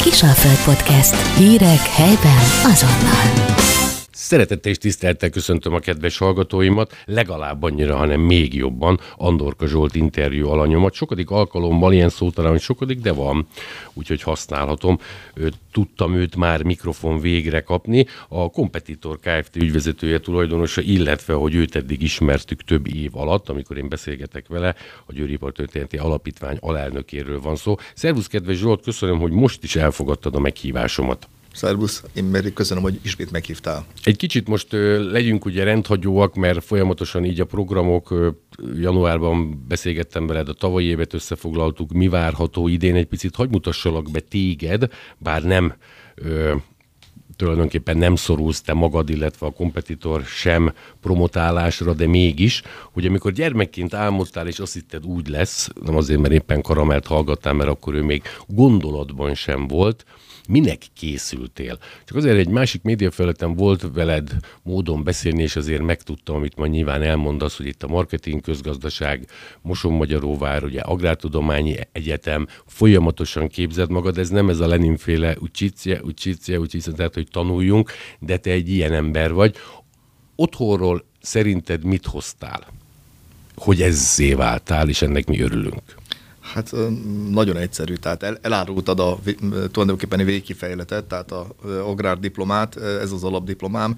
Kisalföld Podcast. Hírek helyben azonnal. Szeretettel és tisztelettel köszöntöm a kedves hallgatóimat, legalább annyira, hanem még jobban Andorka Zsolt interjú alanyomat. Sokadik alkalommal, ilyen szótalan, hogy sokadik, de van, úgyhogy használhatom. Tudtam őt már mikrofon végre kapni. A Kompetitor Kft. Ügyvezetője, tulajdonosa, illetve, hogy őt eddig ismertük több év alatt, amikor én beszélgetek vele, a Győripartörténeti Alapítvány alelnökéről van szó. Szervusz, kedves Zsolt, köszönöm, hogy most is elfogadtad a meghívásomat. Szervusz, én meg köszönöm, hogy ismét meghívtál. Egy kicsit most legyünk ugye rendhagyóak, mert folyamatosan így a programok, januárban beszélgettem veled, a tavalyi évet összefoglaltuk, mi várható idén, egy picit hadd mutassalak be téged, bár nem tulajdonképpen nem szorulsz te magad, illetve a Kompetitor sem promotálásra, de mégis, hogy amikor gyermekként álmodtál, és azt hitted úgy lesz, nem azért, mert éppen Karamelt hallgattál, mert akkor ő még gondolatban sem volt, minek készültél? Csak azért egy másik médiafelületen volt veled módon beszélni, és azért megtudtam, amit ma nyilván elmondasz, hogy itt a marketing közgazdaság, Mosonmagyaróvár, ugye Agrártudományi Egyetem, folyamatosan képzed magad, ez nem ez a Lenin-féle ucsicia, tehát hogy tanuljunk, de te egy ilyen ember vagy. Otthonról szerinted mit hoztál, hogy ezzé váltál, és ennek mi örülünk? Hát nagyon egyszerű, tehát elárultad tulajdonképpen a végkifejletet, tehát az agrárdiplomát, ez az alapdiplomám.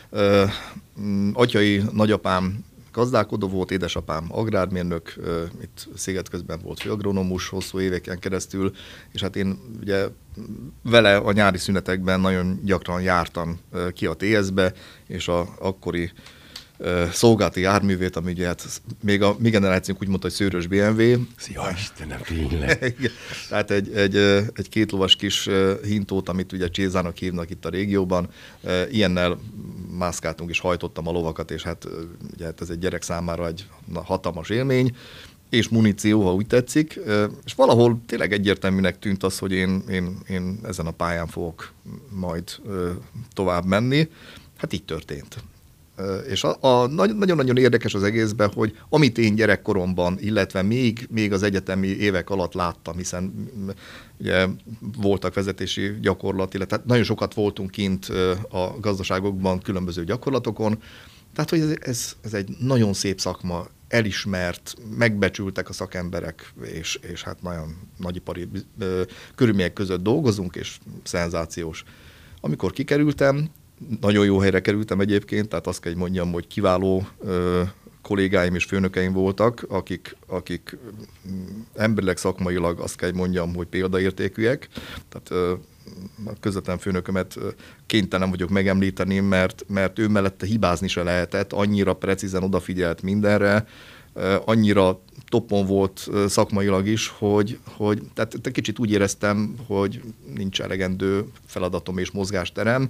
Atyai nagyapám gazdálkodó volt, édesapám agrármérnök, itt Szigetközben volt főagronómus hosszú éveken keresztül, és hát én ugye vele a nyári szünetekben nagyon gyakran jártam ki a TS-be, és az akkori szolgálati járművét, ami ugye hát még a mi generációnk úgy mondta, hogy szőrös BMW. Szia Istenem, tényleg! Tehát egy kétlovas kis hintót, amit ugye Csézának hívnak itt a régióban, ilyennel mászkáltunk és hajtottam a lovakat, és hát ugye ez egy gyerek számára egy hatalmas élmény, és muníció, ha úgy tetszik, és valahol tényleg egyértelműnek tűnt az, hogy én ezen a pályán fogok majd tovább menni. Hát így történt. És nagyon-nagyon érdekes az egészben, hogy amit én gyerekkoromban, illetve még az egyetemi évek alatt láttam, hiszen ugye voltak vezetési gyakorlat, illetve nagyon sokat voltunk kint a gazdaságokban, különböző gyakorlatokon, tehát hogy ez egy nagyon szép szakma, elismert, megbecsültek a szakemberek, és hát nagyon nagyipari körülmények között dolgozunk, és szenzációs. Amikor kikerültem, nagyon jó helyre kerültem egyébként, tehát azt kell, hogy mondjam, hogy kiváló kollégáim és főnökeim voltak, akik emberileg, szakmailag azt kell, hogy mondjam, hogy példaértékűek. Tehát a közvetlen főnökömet kénytelen vagyok megemlíteni, mert ő mellette hibázni se lehetett, annyira precízen odafigyelt mindenre, annyira toppon volt szakmailag is, hogy tehát kicsit úgy éreztem, hogy nincs elegendő feladatom és mozgásterem,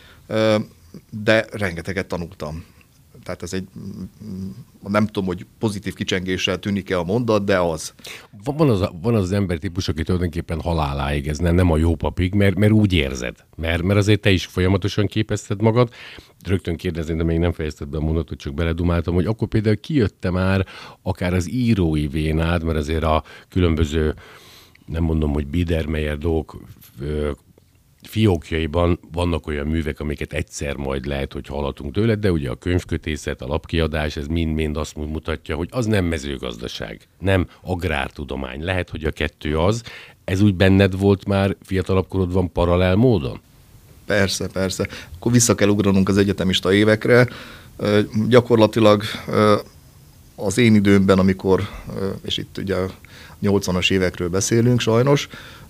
de rengeteget tanultam. Tehát ez nem tudom, hogy pozitív kicsengéssel tűnik-e a mondat, de az. Van az ember típus, aki tulajdonképpen haláláig, ez nem a jó papig, mert úgy érzed. Mert azért te is folyamatosan képezted magad. Rögtön kérdezni, de még nem fejezted be a mondatot, csak beledumáltam, hogy akkor például kijött már akár az írói vénád, mert azért a különböző, nem mondom, hogy Biedermeier dolgok, fiókjaiban vannak olyan művek, amiket egyszer majd lehet, hogy hallhatunk tőled, de ugye a könyvkötészet, a lapkiadás, ez mind-mind azt mutatja, hogy az nem mezőgazdaság, nem agrártudomány. Lehet, hogy a kettő az. Ez úgy benned volt már fiatalabb korodban paralel módon? Persze. Akkor vissza kell ugranunk az egyetemista évekre. Gyakorlatilag az én időmben, amikor, és itt ugye a 80-as évekről beszélünk sajnos,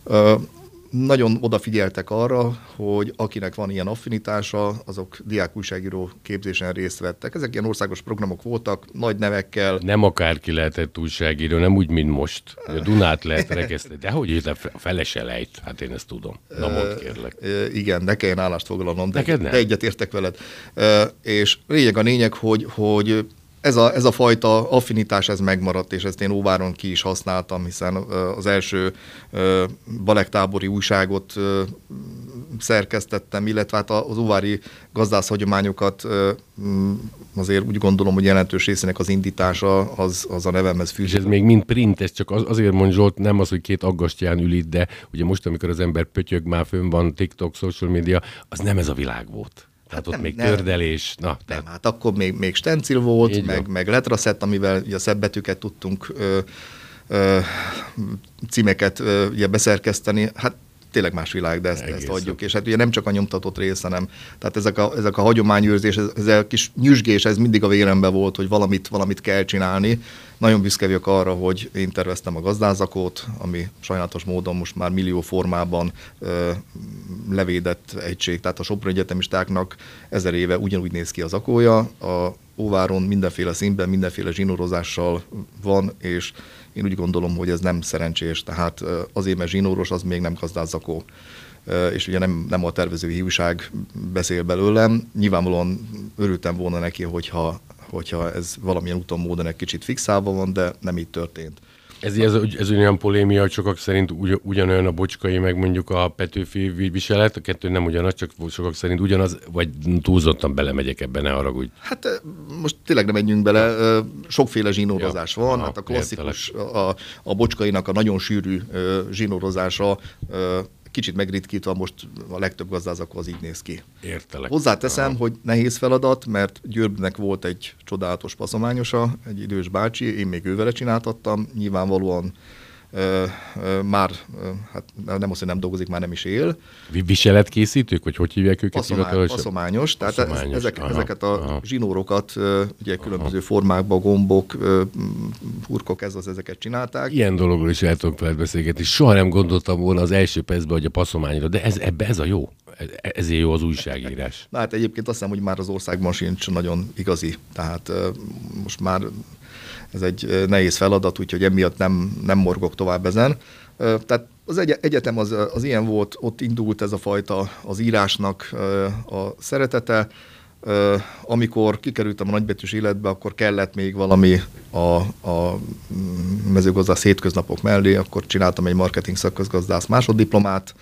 nagyon odafigyeltek arra, hogy akinek van ilyen affinitása, azok diákújságíró képzésen részt vettek. Ezek ilyen országos programok voltak, nagy nevekkel. Nem akárki lehetett újságíró, nem úgy, mint most. A Dunát lehet rekeszteni. De hogy a fele se lejt? Hát én ezt tudom. Na mondd, kérlek. Igen, ne kelljen állást foglalnom, de egyet értek veled. És lényeg, hogy ez a fajta affinitás, ez megmaradt, és ezt én óváron ki is használtam, hiszen az első balektábori újságot szerkesztettem, illetve hát az uvári gazdászhagyományokat azért úgy gondolom, hogy jelentős részének az indítása az a nevemhez fűződik. És ez még mind print, ez csak azért mond Zsolt, nem az, hogy két aggastyán ül itt, de ugye most, amikor az ember pötyög, már fönn van TikTok, social media, az nem ez a világ volt. Tehát ott még tördelés. Nem, hát akkor még stencil volt, meg letraszett, amivel ugye szebb betűket tudtunk címeket ugye beszerkeszteni. Hát tényleg más világ, de ezt adjuk. És hát ugye nem csak a nyomtatott rész, hanem tehát ezek a hagyományőrzés, ez a kis nyüzsgés, ez mindig a véremben volt, hogy valamit kell csinálni. Nagyon büszke vagyok arra, hogy én terveztem a gazdázakót, ami sajnálatos módon most már millió formában levédett egység. Tehát a Soproni egyetemistáknak 1000 éve ugyanúgy néz ki az akója. A Óváron mindenféle színben, mindenféle zsinórozással van, és én úgy gondolom, hogy ez nem szerencsés, tehát azért, mert zsinóros, az még nem gazdázakó. És ugye nem a tervezői hiúság beszél belőlem. Nyilvánvalóan örültem volna neki, hogyha ez valamilyen úton, módon egy kicsit fixálva van, de nem így történt. Ez olyan polémia, hogy sokak szerint ugyanolyan a Bocskai, meg mondjuk a Petőfi viselet, a kettő nem ugyanaz, csak sokak szerint ugyanaz, vagy túlzottan belemegyek ebbe, ne haragudj. Hát most tényleg nem menjünk bele, sokféle zsinórozás van, hát a klasszikus, a Bocskainak a nagyon sűrű zsinórozása, kicsit megritkítva most a legtöbb gazdázakó az így néz ki. Értelek. Hozzáteszem, hogy nehéz feladat, mert Győrnek volt egy csodálatos passzományosa, egy idős bácsi, én még ővele csináltattam, nyilvánvalóan már, hát nem azt, hogy nem dolgozik, már nem is él. Viseletkészítők, vagy hogy hívják őket? Passzományos, tehát ezeket a zsinórokat ugye különböző formákban, gombok, hurkok, ezeket csinálták. Ilyen dologról is el tudok veled beszélgetni. Soha nem gondoltam volna az első percben, hogy a passzományra, de ez a jó. Ezért jó az újságírás. Na hát egyébként azt hiszem, hogy már az országban sincs nagyon igazi. Tehát most már ez egy nehéz feladat, úgyhogy emiatt nem morgok tovább ezen. Tehát az egyetem az ilyen volt, ott indult ez a fajta az írásnak a szeretete. Amikor kikerültem a nagybetűs életbe, akkor kellett még valami a mezőgazdász hétköznapok mellé, akkor csináltam egy marketing szakközgazdász másoddiplomát.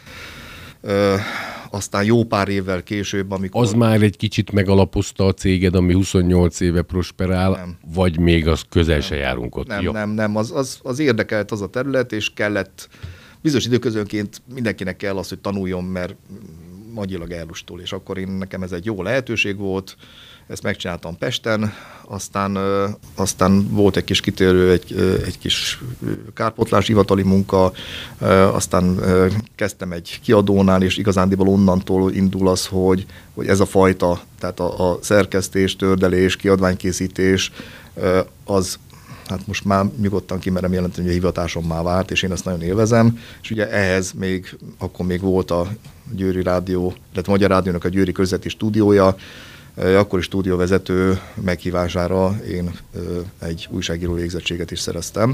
Aztán jó pár évvel később, amikor... Az már egy kicsit megalapozta a céged, ami 28 éve prosperál, nem. Vagy még az közel se járunk ott? Nem, az érdekelt az a terület, és kellett, bizonyos időközönként mindenkinek kell az, hogy tanuljon, mert agyilag ellustul, és akkor nekem ez egy jó lehetőség volt, ezt megcsináltam Pesten, aztán volt egy kis kitérő, egy kis kárpótlás hivatali munka, aztán kezdtem egy kiadónál, és igazándiból onnantól indul az, hogy ez a fajta, tehát a szerkesztés, tördelés, kiadványkészítés, az hát most már nyugodtan kimerem jelenteni, hogy a hivatásommá vált, és én ezt nagyon élvezem, és ugye ehhez akkor még volt a Győri Rádió, illetve Magyar Rádiónak a Győri Közéleti Stúdiója, akkori stúdióvezető meghívására én egy újságíró végzettséget is szereztem.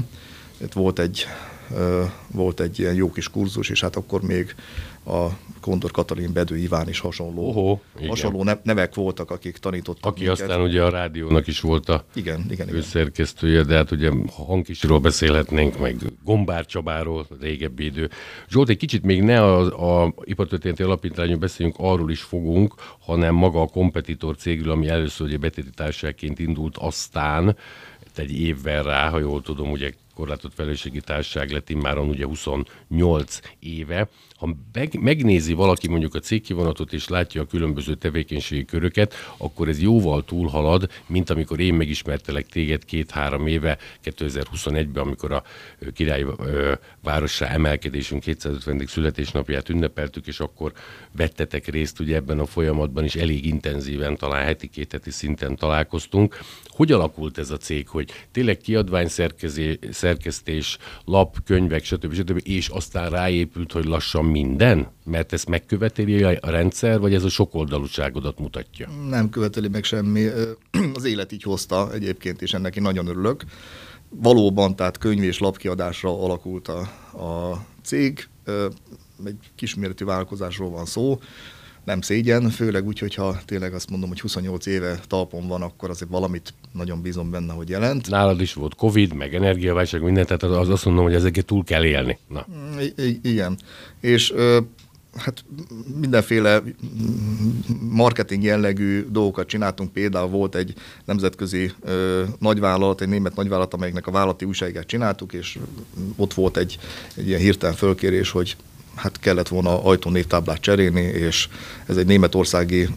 Volt egy ilyen jó kis kurzus, és hát akkor még a Kondor Katalin, Bedő Iván is hasonló nevek voltak, akik tanítottak minket. Aztán ugye a rádiónak is volt a főszerkesztője, de hát ugye Hankisról beszélhetnénk, meg Gombár Csabáról, régebbi idő. Zsolt, egy kicsit még ne a Ipartörténeti Alapítványon beszéljünk, arról is fogunk, hanem maga a Kompetitor cégről, ami először ugye betéti társaságként indult, aztán egy évvel rá, ha jól tudom, ugye korlátott felelősségi társaság lett immáron ugye 28 éve. Ha megnézi valaki mondjuk a cégkivonatot és látja a különböző tevékenységi köröket, akkor ez jóval túlhalad, mint amikor én megismertelek téged 2-3 éve, 2021-ben, amikor a Király várossá emelkedésünk 250. születésnapját ünnepeltük, és akkor vettetek részt ugye ebben a folyamatban is elég intenzíven, talán heti, 2 heti szinten találkoztunk. Hogy alakult ez a cég, hogy tényleg kiadványszerkesztés, lap, könyvek, stb. És aztán ráépült, hogy lassan minden? Mert ezt megköveteli a rendszer, vagy ez a sokoldalúságodat mutatja? Nem követeli meg semmi. Az élet így hozta egyébként, és ennek én nagyon örülök. Valóban, tehát könyv és lapkiadásra alakult a cég. Egy kisméretű vállalkozásról van szó. Nem szégyen, főleg úgy, hogyha tényleg azt mondom, hogy 28 éve talpon van, akkor azért valamit nagyon bízom benne, hogy jelent. Nálad is volt Covid, meg energiaválság, minden, tehát azt mondom, hogy ezeket túl kell élni. Na. Igen. És hát mindenféle marketing jellegű dolgokat csináltunk, például volt egy nemzetközi nagyvállalat, egy német nagyvállalat, amelyiknek a vállalati újságát csináltuk, és ott volt egy ilyen hirtelen fölkérés, hogy hát kellett volna ajtónévtáblát cserélni, és ez egy németországi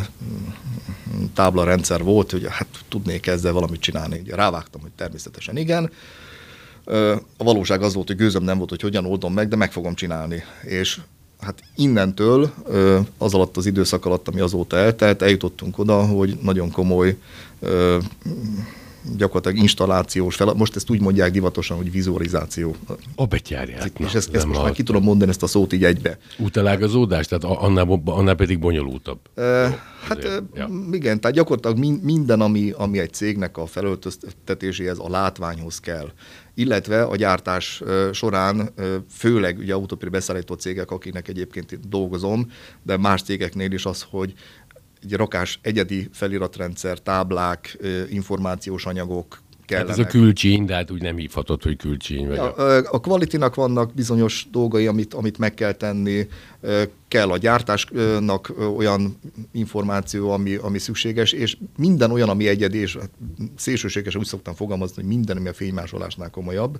táblarendszer volt, hogy hát tudnék ezzel valamit csinálni. Ugye rávágtam, hogy természetesen igen. A valóság az volt, hogy gőzöm nem volt, hogy hogyan oldom meg, de meg fogom csinálni. És hát innentől, az alatt az időszak alatt, ami azóta eltelt, eljutottunk oda, hogy nagyon komoly gyakorlatilag installációs feladat. Most ezt úgy mondják divatosan, hogy vizualizáció. A betyárját. És ezt most már ki tudom mondani, ezt a szót így egybe. Útelágazódás? Tehát annál pedig bonyolultabb. Igen, tehát gyakorlatilag minden, ami egy cégnek a felöltöztetéséhez, a látványhoz kell. Illetve a gyártás során, főleg ugye autópér beszállító cégek, akiknek egyébként dolgozom, de más cégeknél is az, hogy egy rakás egyedi feliratrendszer, táblák, információs anyagok kellenek. Hát ez a külcsíny, de hát úgy nem hívhatod, hogy külcsíny. Vagy a Quality-nak vannak bizonyos dolgai, amit meg kell tenni, kell a gyártásnak olyan információ, ami szükséges, és minden olyan, ami egyedi, és szélsőségesen úgy szoktam fogalmazni, hogy minden, ami a fénymásolásnál komolyabb,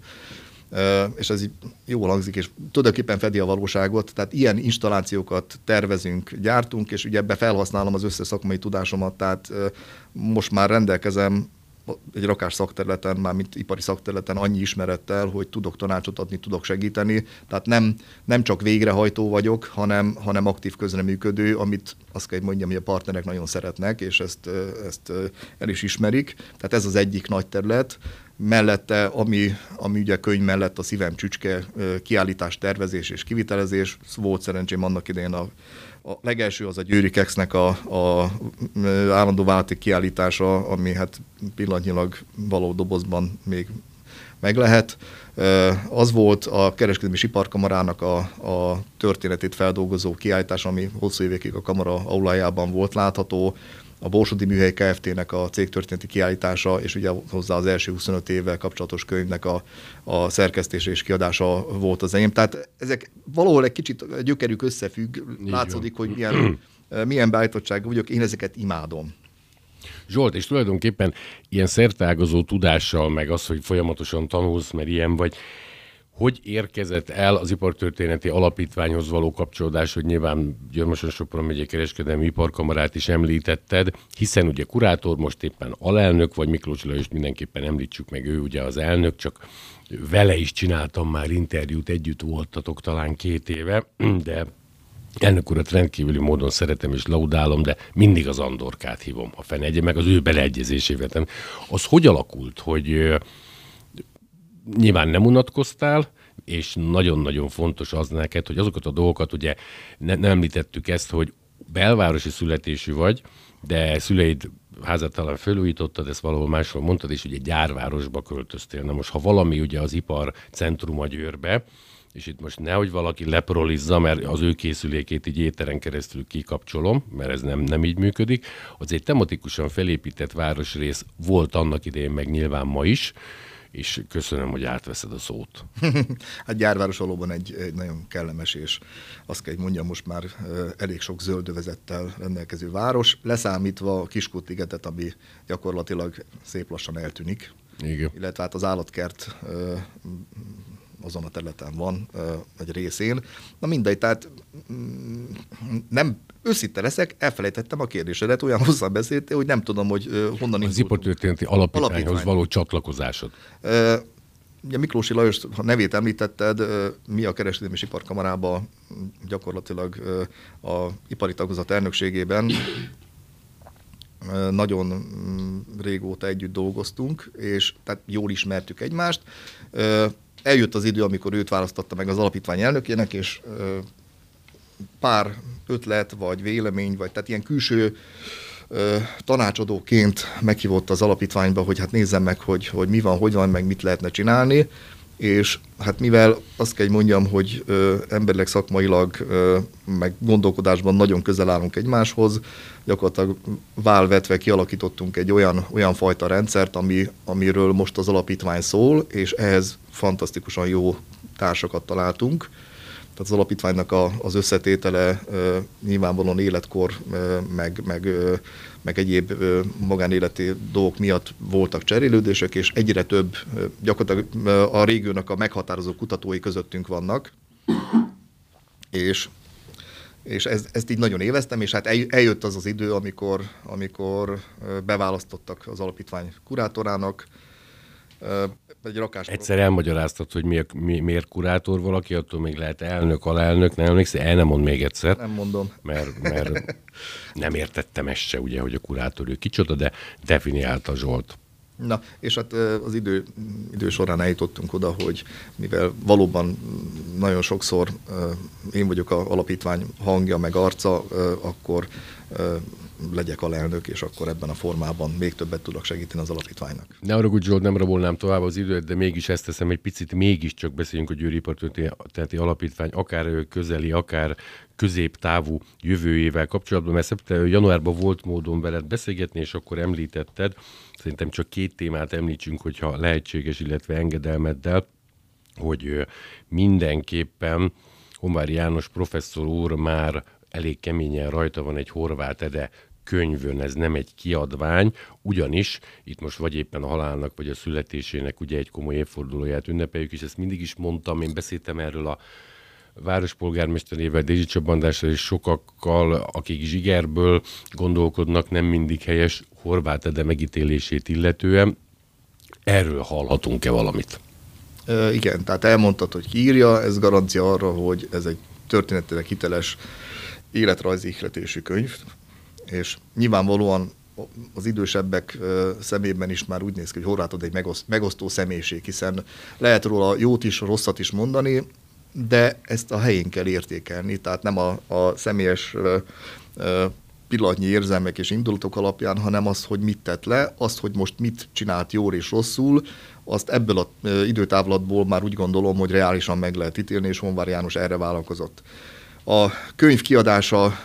és ez így jól hangzik, és tulajdonképpen fedi a valóságot, tehát ilyen installációkat tervezünk, gyártunk, és ugye ebbe felhasználom az összes szakmai tudásomat, tehát most már rendelkezem egy rakás szakterületen, mármint ipari szakterületen annyi ismerettel, hogy tudok tanácsot adni, tudok segíteni, tehát nem csak végrehajtó vagyok, hanem aktív közreműködő, amit azt kell mondjam, hogy a partnerek nagyon szeretnek, és ezt el is ismerik. Tehát ez az egyik nagy terület. Mellette, ami ugye könyv mellett a szívem csücske, kiállítás, tervezés és kivitelezés. Volt szerencsém annak idején a legelső az a Győri Kexnek a állandó vállalati kiállítása, ami hát pillanatnyilag való dobozban még meg lehet. Az volt a Kereskedelmi és Iparkamarának a történetét feldolgozó kiállítás, ami hosszú évekig a kamara aulájában volt látható. A Borsodi Műhely Kft-nek a cégtörténeti kiállítása, és ugye hozzá az első 25 évvel kapcsolatos könyvnek a szerkesztése és kiadása volt az enyém. Tehát ezek valahol egy kicsit gyökerük összefügg, látszódik, hogy milyen beállítottság vagyok, én ezeket imádom. Zsolt, és tulajdonképpen ilyen szerteágazó tudással, meg az, hogy folyamatosan tanulsz, mert ilyen vagy, hogy érkezett el az Ipartörténeti Alapítványhoz való kapcsolódás, hogy nyilván Győr-Moson-Sopron megyei Kereskedelmi Iparkamarát is említetted, hiszen ugye kurátor, most éppen alelnök, vagy Miklós Lajost mindenképpen említsük meg, ő ugye az elnök, csak vele is csináltam már interjút, együtt voltatok talán 2 éve, de elnök urat rendkívüli módon szeretem és laudálom, de mindig az Andorkát hívom, a fenegye, meg az ő beleegyezésével. Az hogy alakult, hogy nyilván nem unatkoztál, és nagyon-nagyon fontos az neked, hogy azokat a dolgokat, ugye nem említettük ezt, hogy belvárosi születésű vagy, de szüleid házát talán felújítottad, ezt valahol máshol mondtad, és ugye gyárvárosba költöztél. Na most, ha valami ugye az ipar centruma Győrbe, és itt most nehogy valaki leprolizza, mert az ő készülékét így éteren keresztül kikapcsolom, mert ez nem így működik, az egy tematikusan felépített városrész volt annak idején, meg nyilván ma is, és köszönöm, hogy átveszed a szót. Hát Gyárváros valóban egy nagyon kellemes, és azt kell, hogy mondjam, most már elég sok zöldövezettel rendelkező város, leszámítva a Kiskút-ligetet, ami gyakorlatilag szép lassan eltűnik. Igen. Illetve hát az állatkert azon a területen van egy részén. Na mindegy, tehát nem őszinte leszek, elfelejtettem a kérdésedet, olyan hosszan beszéltél, hogy nem tudom, hogy honnan indultunk. Az Ipartörténeti Alapítványhoz való csatlakozásod. Ugye Miklósi Lajos, ha nevét említetted, mi a Kereskedelmi és Iparkamarában gyakorlatilag a ipari tagozat elnökségében nagyon régóta együtt dolgoztunk, és tehát jól ismertük egymást. Eljött az idő, amikor őt választotta meg az alapítvány elnökének, és pár ötlet, vagy vélemény, vagy tehát ilyen külső tanácsadóként meghívott az alapítványba, hogy hát nézzem meg, hogy mi van, hogy van, meg mit lehetne csinálni, és hát mivel azt kell mondjam, hogy emberileg, szakmailag, meg gondolkodásban nagyon közel állunk egymáshoz, gyakorlatilag válvetve kialakítottunk egy olyan fajta rendszert, amiről most az alapítvány szól, és ehhez fantasztikusan jó társakat találtunk. Tehát az alapítványnak az összetétele nyilvánvalóan életkor, meg egyéb magánéleti dolgok miatt voltak cserélődések, és egyre több, gyakorlatilag a régiónak a meghatározó kutatói közöttünk vannak, és ezt így nagyon éveztem, és hát eljött az idő, amikor beválasztottak az alapítvány kurátorának. Egyszer elmagyaráztad, hogy miért kurátor valaki, attól még lehet elnök, alelnök, nem emlékszel? El nem mond még egyszer. Nem mondom. Mert nem értettem ezt se, ugye, hogy a kurátor ő kicsoda, de definiálta Zsolt. Na, és hát az idő során eljutottunk oda, hogy mivel valóban nagyon sokszor én vagyok az alapítvány hangja, meg arca, akkor legyek alelnök, és akkor ebben a formában még többet tudok segíteni az alapítványnak. Ne arra, Zsolt, nem rabolnám tovább az időt, de mégis ezt teszem, egy picit mégiscsak beszéljünk a Győri Ipartörténeti Alapítvány, akár közeli, akár középtávú jövőjével kapcsolatban, mert januárban volt módon veled beszélgetni, és akkor említetted, szerintem csak 2 témát említsünk, hogyha lehetséges, illetve engedelmeddel, hogy mindenképpen Honváry János professzor úr már elég keményen rajta van egy Horváth Ede könyvön, ez nem egy kiadvány, ugyanis itt most vagy éppen a halálnak, vagy a születésének ugye egy komoly évfordulóját ünnepeljük, és ezt mindig is mondtam, én beszéltem erről a várospolgármesterével, Dézsi Csaba Andrással és sokakkal, akik zsigerből gondolkodnak, nem mindig helyes Horváth Ede megítélését illetően. Erről hallhatunk-e valamit? Igen, tehát elmondtad, hogy ki írja, ez garancia arra, hogy ez egy történetileg hiteles életrajzi ihletésű könyv, és nyilvánvalóan az idősebbek szemében is már úgy néz ki, hogy Horváth Ede egy megosztó személyiség, hiszen lehet róla jót is, rosszat is mondani, de ezt a helyén kell értékelni, tehát nem a személyes pillanatnyi érzelmek és indulatok alapján, hanem az, hogy mit tett le, azt, hogy most mit csinált jól és rosszul, azt ebből az időtávlatból már úgy gondolom, hogy reálisan meg lehet ítélni, és Honváry János erre vállalkozott. A könyv kiadása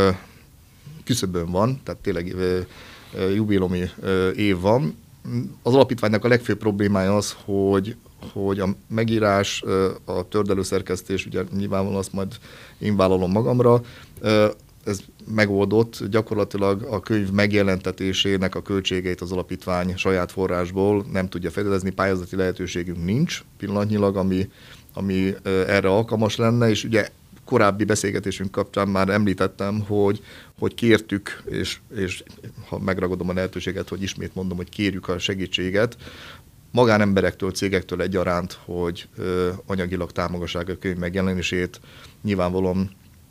küszöbön van, tehát tényleg jubileumi év van. Az alapítványnak a legfőbb problémája az, hogy a megírás, a tördelőszerkesztés, ugye nyilvánvalóan azt majd én vállalom magamra, ez megoldott, gyakorlatilag a könyv megjelentetésének a költségeit az alapítvány saját forrásból nem tudja fedezni, pályázati lehetőségünk nincs pillanatnyilag, ami erre alkalmas lenne, és ugye korábbi beszélgetésünk kapcsán már említettem, hogy kértük, és ha megragadom a lehetőséget, hogy ismét mondom, hogy kérjük a segítséget, magánemberektől, cégektől egyaránt, hogy anyagilag támogassák a könyv megjelenését. Nyilvánvalóan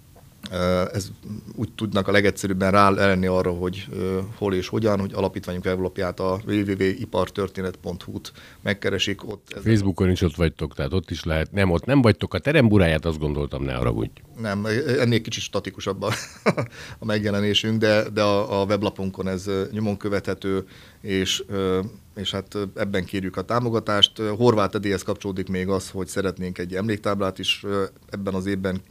ez úgy tudnak a legegyszerűbben rálenni arra, hogy hol és hogyan, hogy alapítványunk weblapját, a www.ipartörténet.hu-t megkeresik. Ott Facebookon is ott vagytok, tehát ott is lehet. Nem, ott nem vagytok, a teremburáját azt gondoltam, ne haragudj. Nem, ennél kicsit statikusabb a megjelenésünk, de a weblapunkon ez nyomon követhető, és hát ebben kérjük a támogatást. Horváth Edéhez kapcsolódik még az, hogy szeretnénk egy emléktáblát is ebben az évben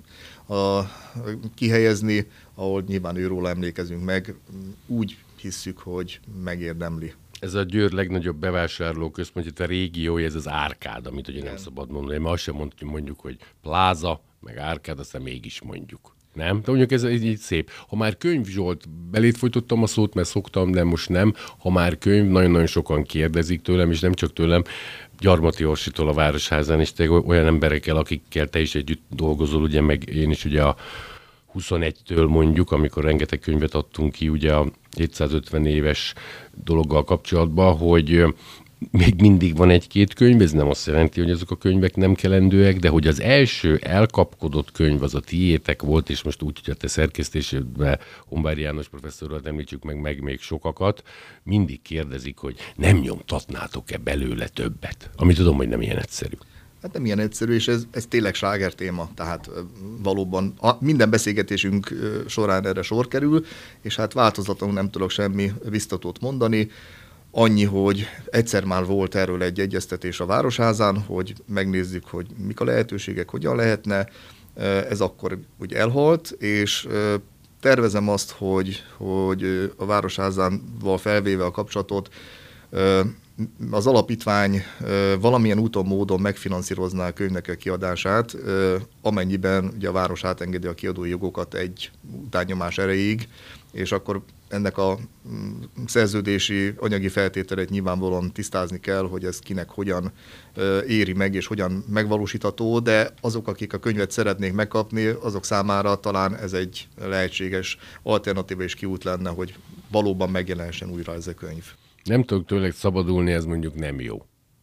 kihelyezni, ahol nyilván őróla emlékezünk meg, úgy hisszük, hogy megérdemli. Ez a Győr legnagyobb bevásárlóközpontja, a régiója, ez az Árkád, amit ugye nem szabad mondani. Mert azt sem mondjuk, hogy pláza, meg Árkád, aztán mégis mondjuk. Nem? De mondjuk ez így szép. Ha már könyv, Zsolt, belét folytottam a szót, mert szoktam, de most nem. Ha már könyv, nagyon-nagyon sokan kérdezik tőlem, és nem csak tőlem, Gyarmati Orsitól a Városházán, és olyan emberekkel, akikkel te is együtt dolgozol, ugye, meg én is ugye a 21-től mondjuk, amikor rengeteg könyvet adtunk ki, ugye a 750 éves dologgal kapcsolatban, hogy még mindig van 1-2 könyv, ez nem azt jelenti, hogy azok a könyvek nem kelendőek, de hogy az első elkapkodott könyv az a tiétek volt, és most úgy, hogy a te szerkesztésében Honváry János professzorral említsük meg még sokakat, mindig kérdezik, hogy nem nyomtatnátok-e belőle többet? Ami tudom, hogy nem ilyen egyszerű. Hát nem ilyen egyszerű, és ez tényleg sláger téma, tehát valóban minden beszélgetésünk során erre sor kerül, és hát változatlanul nem tudok semmi biztatót mondani. Annyi, hogy egyszer már volt erről egy egyeztetés a Városházán, hogy megnézzük, hogy mik a lehetőségek, hogyan lehetne. Ez akkor úgy elhalt, és tervezem azt, hogy a Városházánval felvéve a kapcsolatot az alapítvány valamilyen úton, módon megfinanszírozná a könyvnek a kiadását, amennyiben ugye a város átengedi a kiadói jogokat egy utánnyomás erejéig, és akkor ennek a szerződési anyagi feltételeit nyilvánvalóan tisztázni kell, hogy ez kinek hogyan éri meg, és hogyan megvalósítható, de azok, akik a könyvet szeretnék megkapni, azok számára talán ez egy lehetséges alternatíva és kiút lenne, hogy valóban megjelenhessen újra ez a könyv. Nem tudok tőle szabadulni, ez mondjuk nem jó.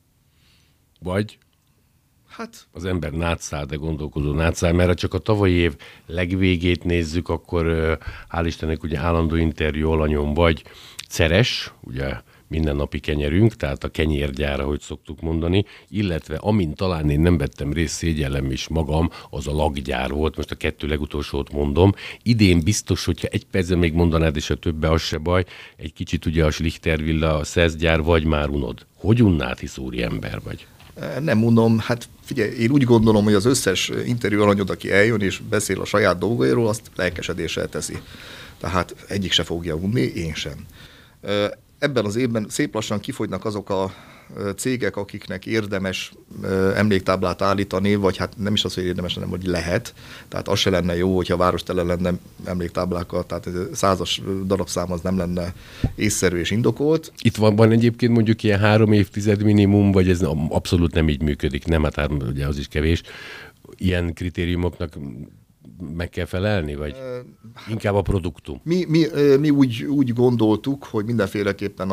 Vagy Hát az ember nátszál, de gondolkodó nátszál, mert ha csak a tavalyi év legvégét nézzük, akkor hál' Istennek ugye állandó interjú alanyom vagy Ceres, ugye mindennapi kenyerünk, tehát a kenyérgyár, ahogy szoktuk mondani, illetve amint talán én nem vettem részt, szégyellem is magam, az a lakgyár volt, most a 2 legutolsót mondom. Idén biztos, hogyha egy percen még mondanád, és a többe, az se baj, egy kicsit ugye a Schlichter Villa, a Szeszgyár, vagy már unod. Hogy unnád, hisz úri ember vagy? Nem mondom, hát figyelj, én úgy gondolom, hogy az összes interjú alanyod, aki eljön és beszél a saját dolgairól, azt lelkesedéssel teszi. Tehát egyik se fogja unni, én sem. Ebben az évben szép lassan kifogynak azok a cégek, akiknek érdemes emléktáblát állítani, vagy hát nem is az, hogy érdemes, hanem hogy lehet. Tehát az se lenne jó, hogyha a város tele lenne emléktáblákkal, tehát 100-as darabszám az nem lenne észszerű és indokolt. Itt van egyébként mondjuk ilyen 3 évtized minimum, vagy ez abszolút nem így működik, nem, hát ugye az is kevés. Ilyen kritériumoknak meg kell felelni, vagy inkább a produktum? Mi úgy gondoltuk, hogy mindenféleképpen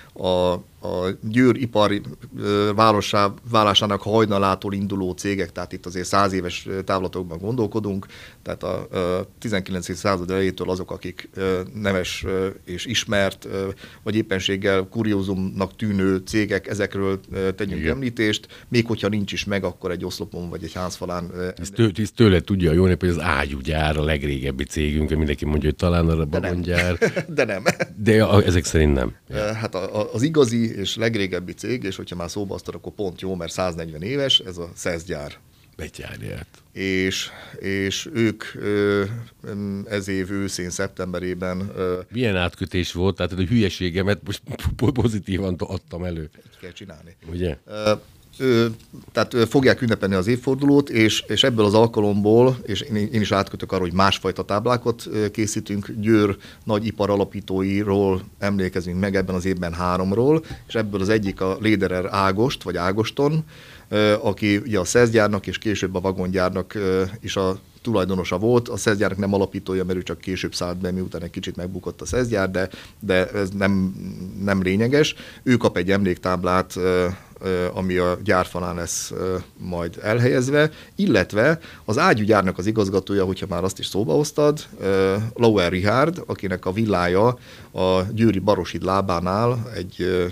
a Győr ipari válásának hajnalától induló cégek, tehát itt azért 100 éves távlatokban gondolkodunk, tehát a 19. század elejétől azok, akik neves és ismert, vagy éppenséggel kuriózumnak tűnő cégek, ezekről tegyünk igen. említést, még hogyha nincs is meg, akkor egy oszlopon vagy egy házfalán. Ezt tőle tudja a jó nép, hogy az ágyúgyár a legrégebbi cégünk, mindenki mondja, hogy talán a babongyár. De nem. De ezek szerint nem. Hát az igazi és legrégebbi cég, és hogyha már szóba azt akkor pont jó, mert 140 éves, ez a Szeszgyár. Betyárját. És ők ez év őszén, szeptemberében... Milyen átkötés volt? Tehát a hülyeségemet most pozitívan adtam elő. Így kell csinálni. Ugye? Tehát fogják ünnepelni az évfordulót, és ebből az alkalomból, és én is átkötök arra, hogy másfajta táblákat készítünk, Győr nagy iparalapítóiról emlékezünk meg ebben az évben 3-ról, és ebből az egyik a Lederer Ágost, vagy Ágoston, aki ugye a Szeszgyárnak és később a vagongyárnak is a tulajdonosa volt. A Szeszgyárnak nem alapítója, mert ő csak később szállt be, miután egy kicsit megbukott a Szeszgyár, de ez nem lényeges. Ő kap egy emléktáblát, ami a gyárfalán lesz majd elhelyezve, illetve az ágyúgyárnak az igazgatója, hogyha már azt is szóba hoztad, Lauer Richard, akinek a villája a győri Baroshíd lábánál egy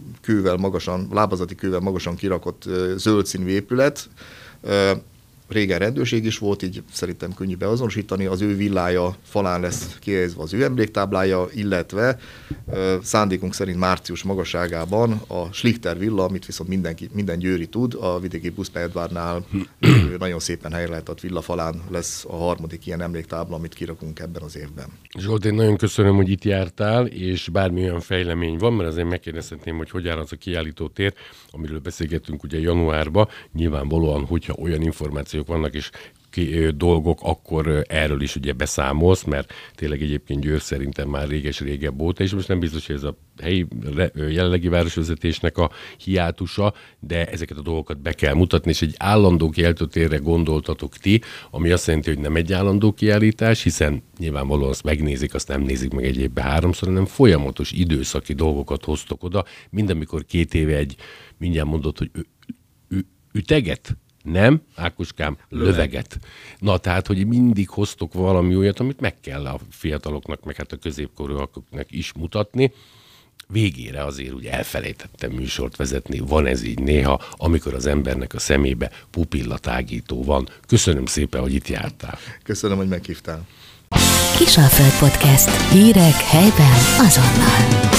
lábazati kővel magasan kirakott zöld színű épület, régen rendőrség is volt, így szerintem könnyű beazonosítani, az ő villája falán lesz kihelyezve az ő emléktáblája, illetve szándékunk szerint március magasságában a Schlichter Villa, amit viszont minden győri tud, a vidéki buszpályadvárnál nagyon szépen helyreállított villa falán lesz a 3. ilyen emléktábla, amit kirakunk ebben az évben. Zsolt, én nagyon köszönöm, hogy itt jártál, és bármilyen fejlemény van, mert azért megkérdezhetném, hogy áll az a kiállítótér, amiről beszélgettünk ugye januárban, nyilvánvalóan, hogyha olyan információk vannak és dolgok, akkor erről is ugye beszámolsz, mert tényleg egyébként Győr szerintem már régebb óta, és most nem biztos, hogy ez a helyi jelenlegi városvezetésnek a hiátusa, de ezeket a dolgokat be kell mutatni, és egy állandó kiállítótérre gondoltatok ti, ami azt jelenti, hogy nem egy állandó kiállítás, hiszen nyilvánvalóan azt megnézik, azt nem nézik meg egy évben 3-szor, hanem folyamatos időszaki dolgokat hoztok oda, mindamikor 2 éve egy, mindjárt mondod, hogy üteget? Nem, Ákoskám, löveget. Na, tehát, hogy mindig hoztok valami olyat, amit meg kell a fiataloknak, meg hát a középkorúaknak is mutatni. Végére azért úgy elfelejtettem műsort vezetni, van ez így néha, amikor az embernek a szemébe pupillatágító van. Köszönöm szépen, hogy itt jártál. Köszönöm, hogy meghívtál. Kisalföld Podcast. Hírek helyben azonnal.